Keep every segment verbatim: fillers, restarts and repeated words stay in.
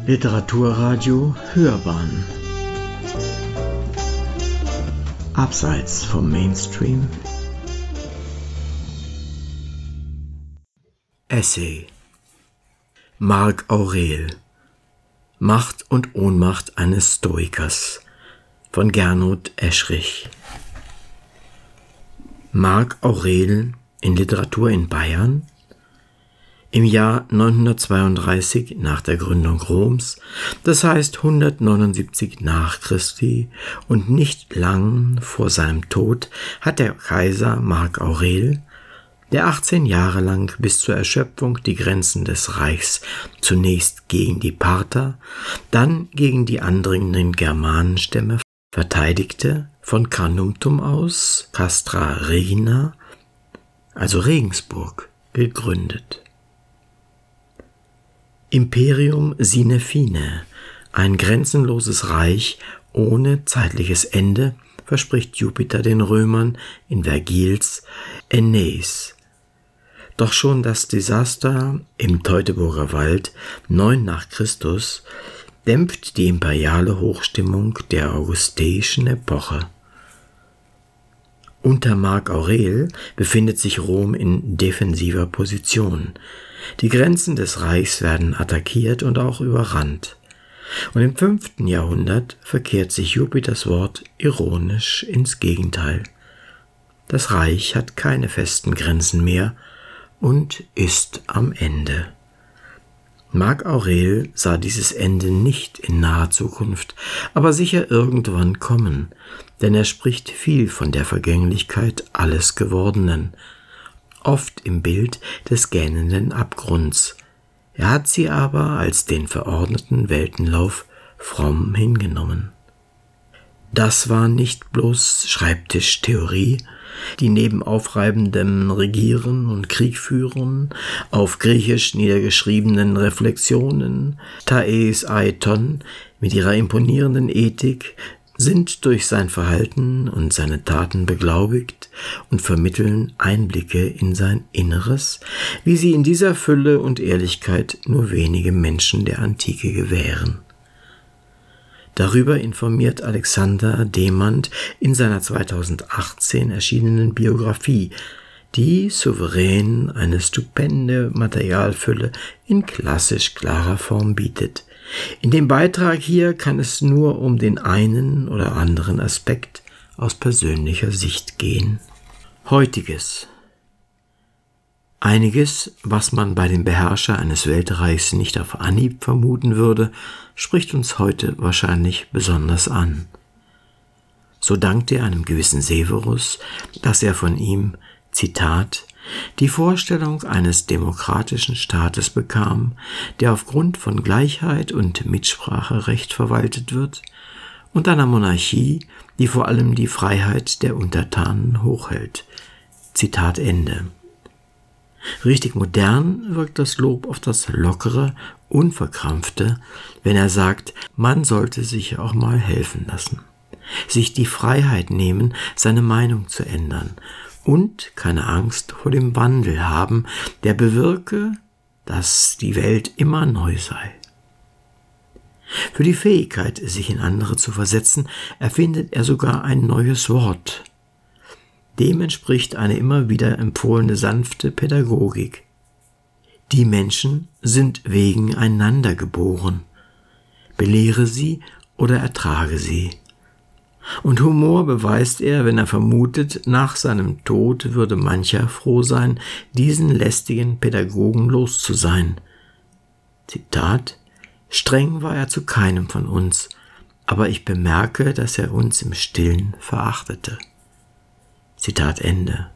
Literaturradio Hörbahn Abseits vom Mainstream. Essay Marc Aurel Macht und Ohnmacht eines Stoikers von Gernot Eschrich. Marc Aurel in Literatur in Bayern im Jahr neunhundertzweiunddreißig nach der Gründung Roms, das heißt hundertneunundsiebzig nach Christi und nicht lang vor seinem Tod, hat der Kaiser Marc Aurel, der achtzehn Jahre lang bis zur Erschöpfung die Grenzen des Reichs zunächst gegen die Parther, dann gegen die andringenden Germanenstämme verteidigte, von Carnuntum aus Castra Regina, also Regensburg, gegründet. Imperium sine fine, ein grenzenloses Reich ohne zeitliches Ende, verspricht Jupiter den Römern in Vergils Aeneis. Doch schon das Desaster im Teutoburger Wald neun nach Christus dämpft die imperiale Hochstimmung der augusteischen Epoche. Unter Marc Aurel befindet sich Rom in defensiver Position. Die Grenzen des Reichs werden attackiert und auch überrannt. Und im fünften Jahrhundert verkehrt sich Jupiters Wort ironisch ins Gegenteil. Das Reich hat keine festen Grenzen mehr und ist am Ende. Marc Aurel sah dieses Ende nicht in naher Zukunft, aber sicher irgendwann kommen, denn er spricht viel von der Vergänglichkeit alles Gewordenen, oft im Bild des gähnenden Abgrunds. Er hat sie aber als den verordneten Weltenlauf fromm hingenommen. Das war nicht bloß Schreibtischtheorie, die neben aufreibendem Regieren und Kriegführen auf griechisch niedergeschriebenen Reflexionen Thais Aiton mit ihrer imponierenden Ethik sind durch sein Verhalten und seine Taten beglaubigt und vermitteln Einblicke in sein Inneres, wie sie in dieser Fülle und Ehrlichkeit nur wenige Menschen der Antike gewähren. Darüber informiert Alexander Demand in seiner zweitausendachtzehn erschienenen Biografie, die souverän eine stupende Materialfülle in klassisch klarer Form bietet. In dem Beitrag hier kann es nur um den einen oder anderen Aspekt aus persönlicher Sicht gehen. Heutiges. Einiges, was man bei dem Beherrscher eines Weltreichs nicht auf Anhieb vermuten würde, spricht uns heute wahrscheinlich besonders an. So dankt er einem gewissen Severus, dass er von ihm, Zitat, die Vorstellung eines demokratischen Staates bekam, der aufgrund von Gleichheit und Mitspracherecht verwaltet wird, und einer Monarchie, die vor allem die Freiheit der Untertanen hochhält. Zitat Ende. Richtig modern wirkt das Lob auf das Lockere, Unverkrampfte, wenn er sagt, man sollte sich auch mal helfen lassen, sich die Freiheit nehmen, seine Meinung zu ändern und keine Angst vor dem Wandel haben, der bewirke, dass die Welt immer neu sei. Für die Fähigkeit, sich in andere zu versetzen, erfindet er sogar ein neues Wort. Dem entspricht eine immer wieder empfohlene sanfte Pädagogik. Die Menschen sind wegen einander geboren. Belehre sie oder ertrage sie. Und Humor beweist er, wenn er vermutet, nach seinem Tod würde mancher froh sein, diesen lästigen Pädagogen los zu sein. Zitat: Streng war er zu keinem von uns, aber ich bemerke, dass er uns im Stillen verachtete. Zitat Ende.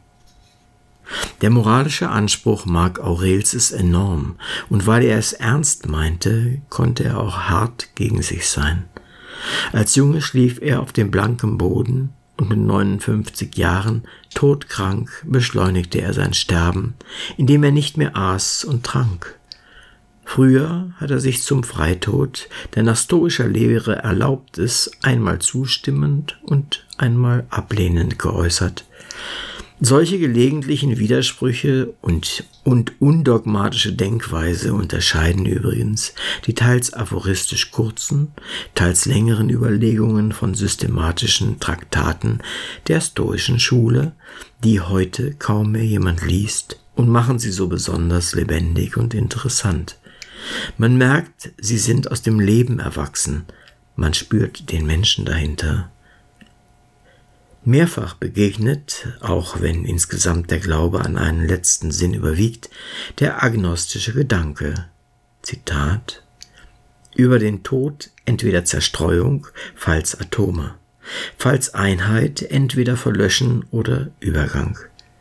Der moralische Anspruch Marc Aurels ist enorm, und weil er es ernst meinte, konnte er auch hart gegen sich sein. Als Junge schlief er auf dem blanken Boden und mit neunundfünfzig Jahren, todkrank, beschleunigte er sein Sterben, indem er nicht mehr aß und trank. Früher hat er sich zum Freitod, der nach stoischer Lehre erlaubt ist, einmal zustimmend und einmal ablehnend geäußert. Solche gelegentlichen Widersprüche und, und undogmatische Denkweise unterscheiden übrigens die teils aphoristisch kurzen, teils längeren Überlegungen von systematischen Traktaten der stoischen Schule, die heute kaum mehr jemand liest, und machen sie so besonders lebendig und interessant. Man merkt, sie sind aus dem Leben erwachsen, man spürt den Menschen dahinter. Mehrfach begegnet, auch wenn insgesamt der Glaube an einen letzten Sinn überwiegt, der agnostische Gedanke, Zitat, über den Tod entweder Zerstreuung, falls Atome, falls Einheit, entweder Verlöschen oder Übergang.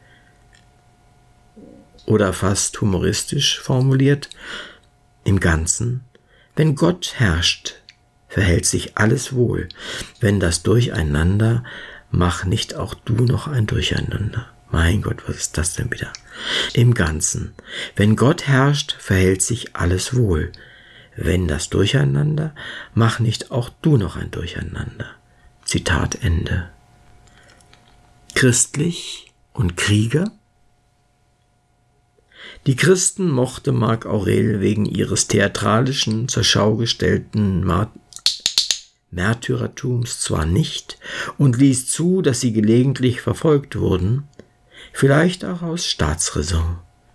Oder fast humoristisch formuliert, im Ganzen, wenn Gott herrscht, verhält sich alles wohl, wenn das Durcheinander, mach nicht auch du noch ein Durcheinander. Mein Gott, was ist das denn wieder? Im Ganzen, wenn Gott herrscht, verhält sich alles wohl. Wenn das Durcheinander, mach nicht auch du noch ein Durcheinander. Zitat Ende. Christlich und Krieger? Die Christen mochte Marc Aurel wegen ihres theatralischen, zur Schau gestellten Mart- Märtyrertums zwar nicht und ließ zu, dass sie gelegentlich verfolgt wurden, vielleicht auch aus Staatsräson.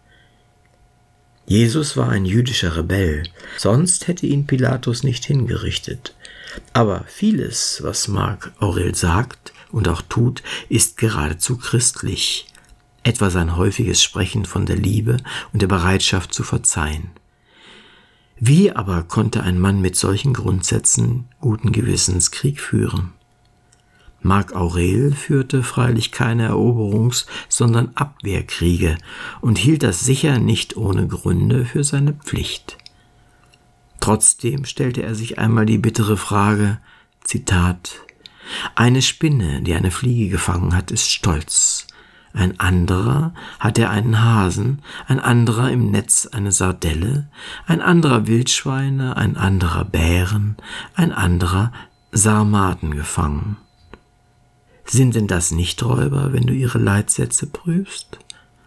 Jesus war ein jüdischer Rebell, sonst hätte ihn Pilatus nicht hingerichtet. Aber vieles, was Marc Aurel sagt und auch tut, ist geradezu christlich, etwa sein häufiges Sprechen von der Liebe und der Bereitschaft zu verzeihen. Wie aber konnte ein Mann mit solchen Grundsätzen guten Gewissens Krieg führen? Marc Aurel führte freilich keine Eroberungs-, sondern Abwehrkriege und hielt das sicher nicht ohne Gründe für seine Pflicht. Trotzdem stellte er sich einmal die bittere Frage, Zitat, eine Spinne, die eine Fliege gefangen hat, ist stolz. Ein anderer hatte einen Hasen, ein anderer im Netz eine Sardelle, ein anderer Wildschweine, ein anderer Bären, ein anderer Sarmaten gefangen. Sind denn das nicht Räuber, wenn du ihre Leitsätze prüfst?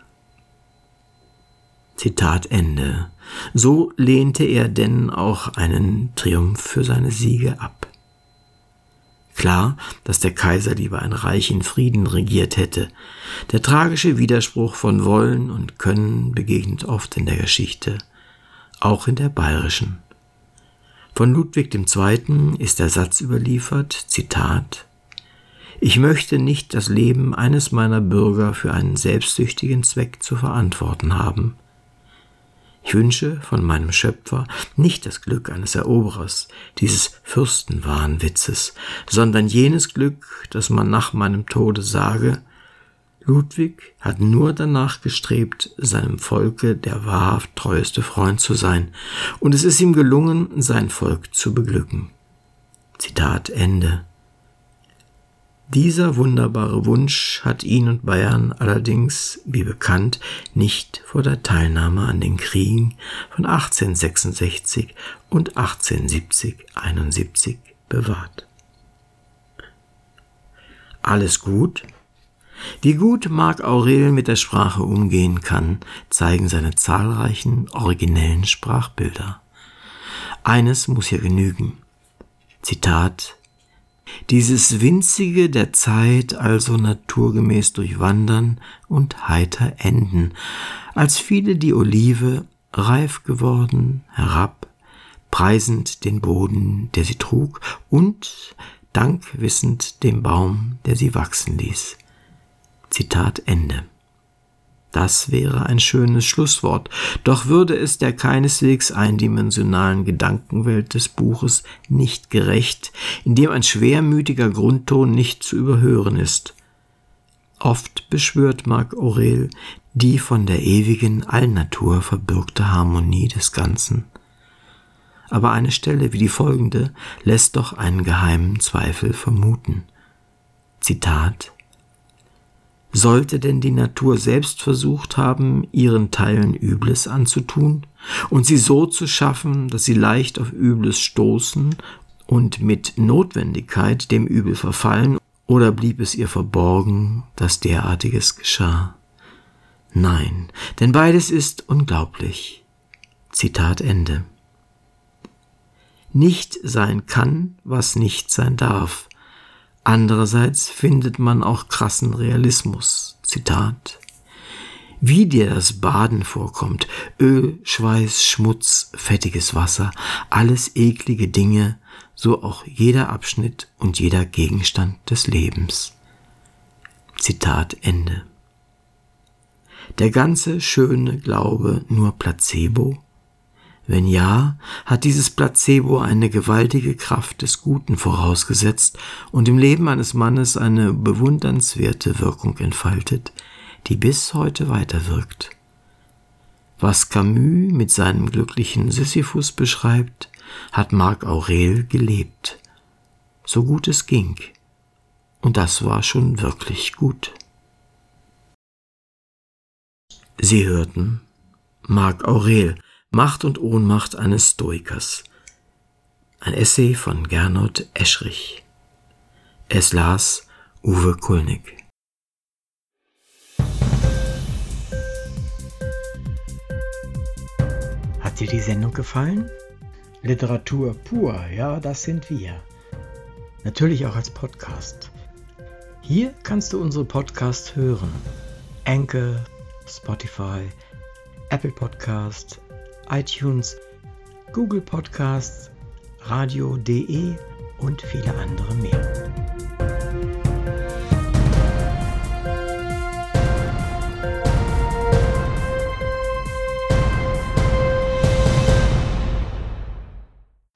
Zitat Ende. So lehnte er denn auch einen Triumph für seine Siege ab. Klar, dass der Kaiser lieber ein Reich in Frieden regiert hätte. Der tragische Widerspruch von Wollen und Können begegnet oft in der Geschichte, auch in der bayerischen. Von Ludwig der Zweite. Ist der Satz überliefert, Zitat, ich möchte nicht das Leben eines meiner Bürger für einen selbstsüchtigen Zweck zu verantworten haben. Ich wünsche von meinem Schöpfer nicht das Glück eines Eroberers, dieses Fürstenwahnwitzes, sondern jenes Glück, dass man nach meinem Tode sage, Ludwig hat nur danach gestrebt, seinem Volke der wahrhaft treueste Freund zu sein, und es ist ihm gelungen, sein Volk zu beglücken. Zitat Ende. Dieser wunderbare Wunsch hat ihn und Bayern allerdings, wie bekannt, nicht vor der Teilnahme an den Kriegen von achtzehnhundertsechsundsechzig und achtzehnhundertsiebzig einundsiebzig bewahrt. Alles gut? Wie gut Marc Aurel mit der Sprache umgehen kann, zeigen seine zahlreichen originellen Sprachbilder. Eines muss hier genügen. Zitat: Dieses Winzige der Zeit also naturgemäß durchwandern und heiter enden, als fiele die Olive, reif geworden, herab, preisend den Boden, der sie trug, und Dank wissend dem Baum, der sie wachsen ließ. Zitat Ende. Das wäre ein schönes Schlusswort, doch würde es der keineswegs eindimensionalen Gedankenwelt des Buches nicht gerecht, in dem ein schwermütiger Grundton nicht zu überhören ist. Oft beschwört Marc Aurel die von der ewigen Allnatur verbürgte Harmonie des Ganzen. Aber eine Stelle wie die folgende lässt doch einen geheimen Zweifel vermuten. Zitat: Sollte denn die Natur selbst versucht haben, ihren Teilen Übles anzutun und sie so zu schaffen, dass sie leicht auf Übles stoßen und mit Notwendigkeit dem Übel verfallen Oder blieb es ihr verborgen, dass derartiges geschah? Nein, denn beides ist unglaublich. Zitat Ende. Nicht sein kann, was nicht sein darf. Andererseits findet man auch krassen Realismus. Zitat: Wie dir das Baden vorkommt, Öl, Schweiß, Schmutz, fettiges Wasser, alles eklige Dinge, so auch jeder Abschnitt und jeder Gegenstand des Lebens. Zitat Ende. Der ganze schöne Glaube nur Placebo? Wenn ja, hat dieses Placebo eine gewaltige Kraft des Guten vorausgesetzt und im Leben eines Mannes eine bewundernswerte Wirkung entfaltet, die bis heute weiterwirkt. Was Camus mit seinem glücklichen Sisyphus beschreibt, hat Marc Aurel gelebt, so gut es ging. Und das war schon wirklich gut. Sie hörten Marc Aurel, Macht und Ohnmacht eines Stoikers. Ein Essay von Gernot Eschrich. Es las Uwe Kulnig. Hat dir die Sendung gefallen? Literatur pur, ja, das sind wir. Natürlich auch als Podcast. Hier kannst du unsere Podcasts hören. Anchor, Spotify, Apple Podcast, iTunes, Google Podcasts, radio punkt de und viele andere mehr.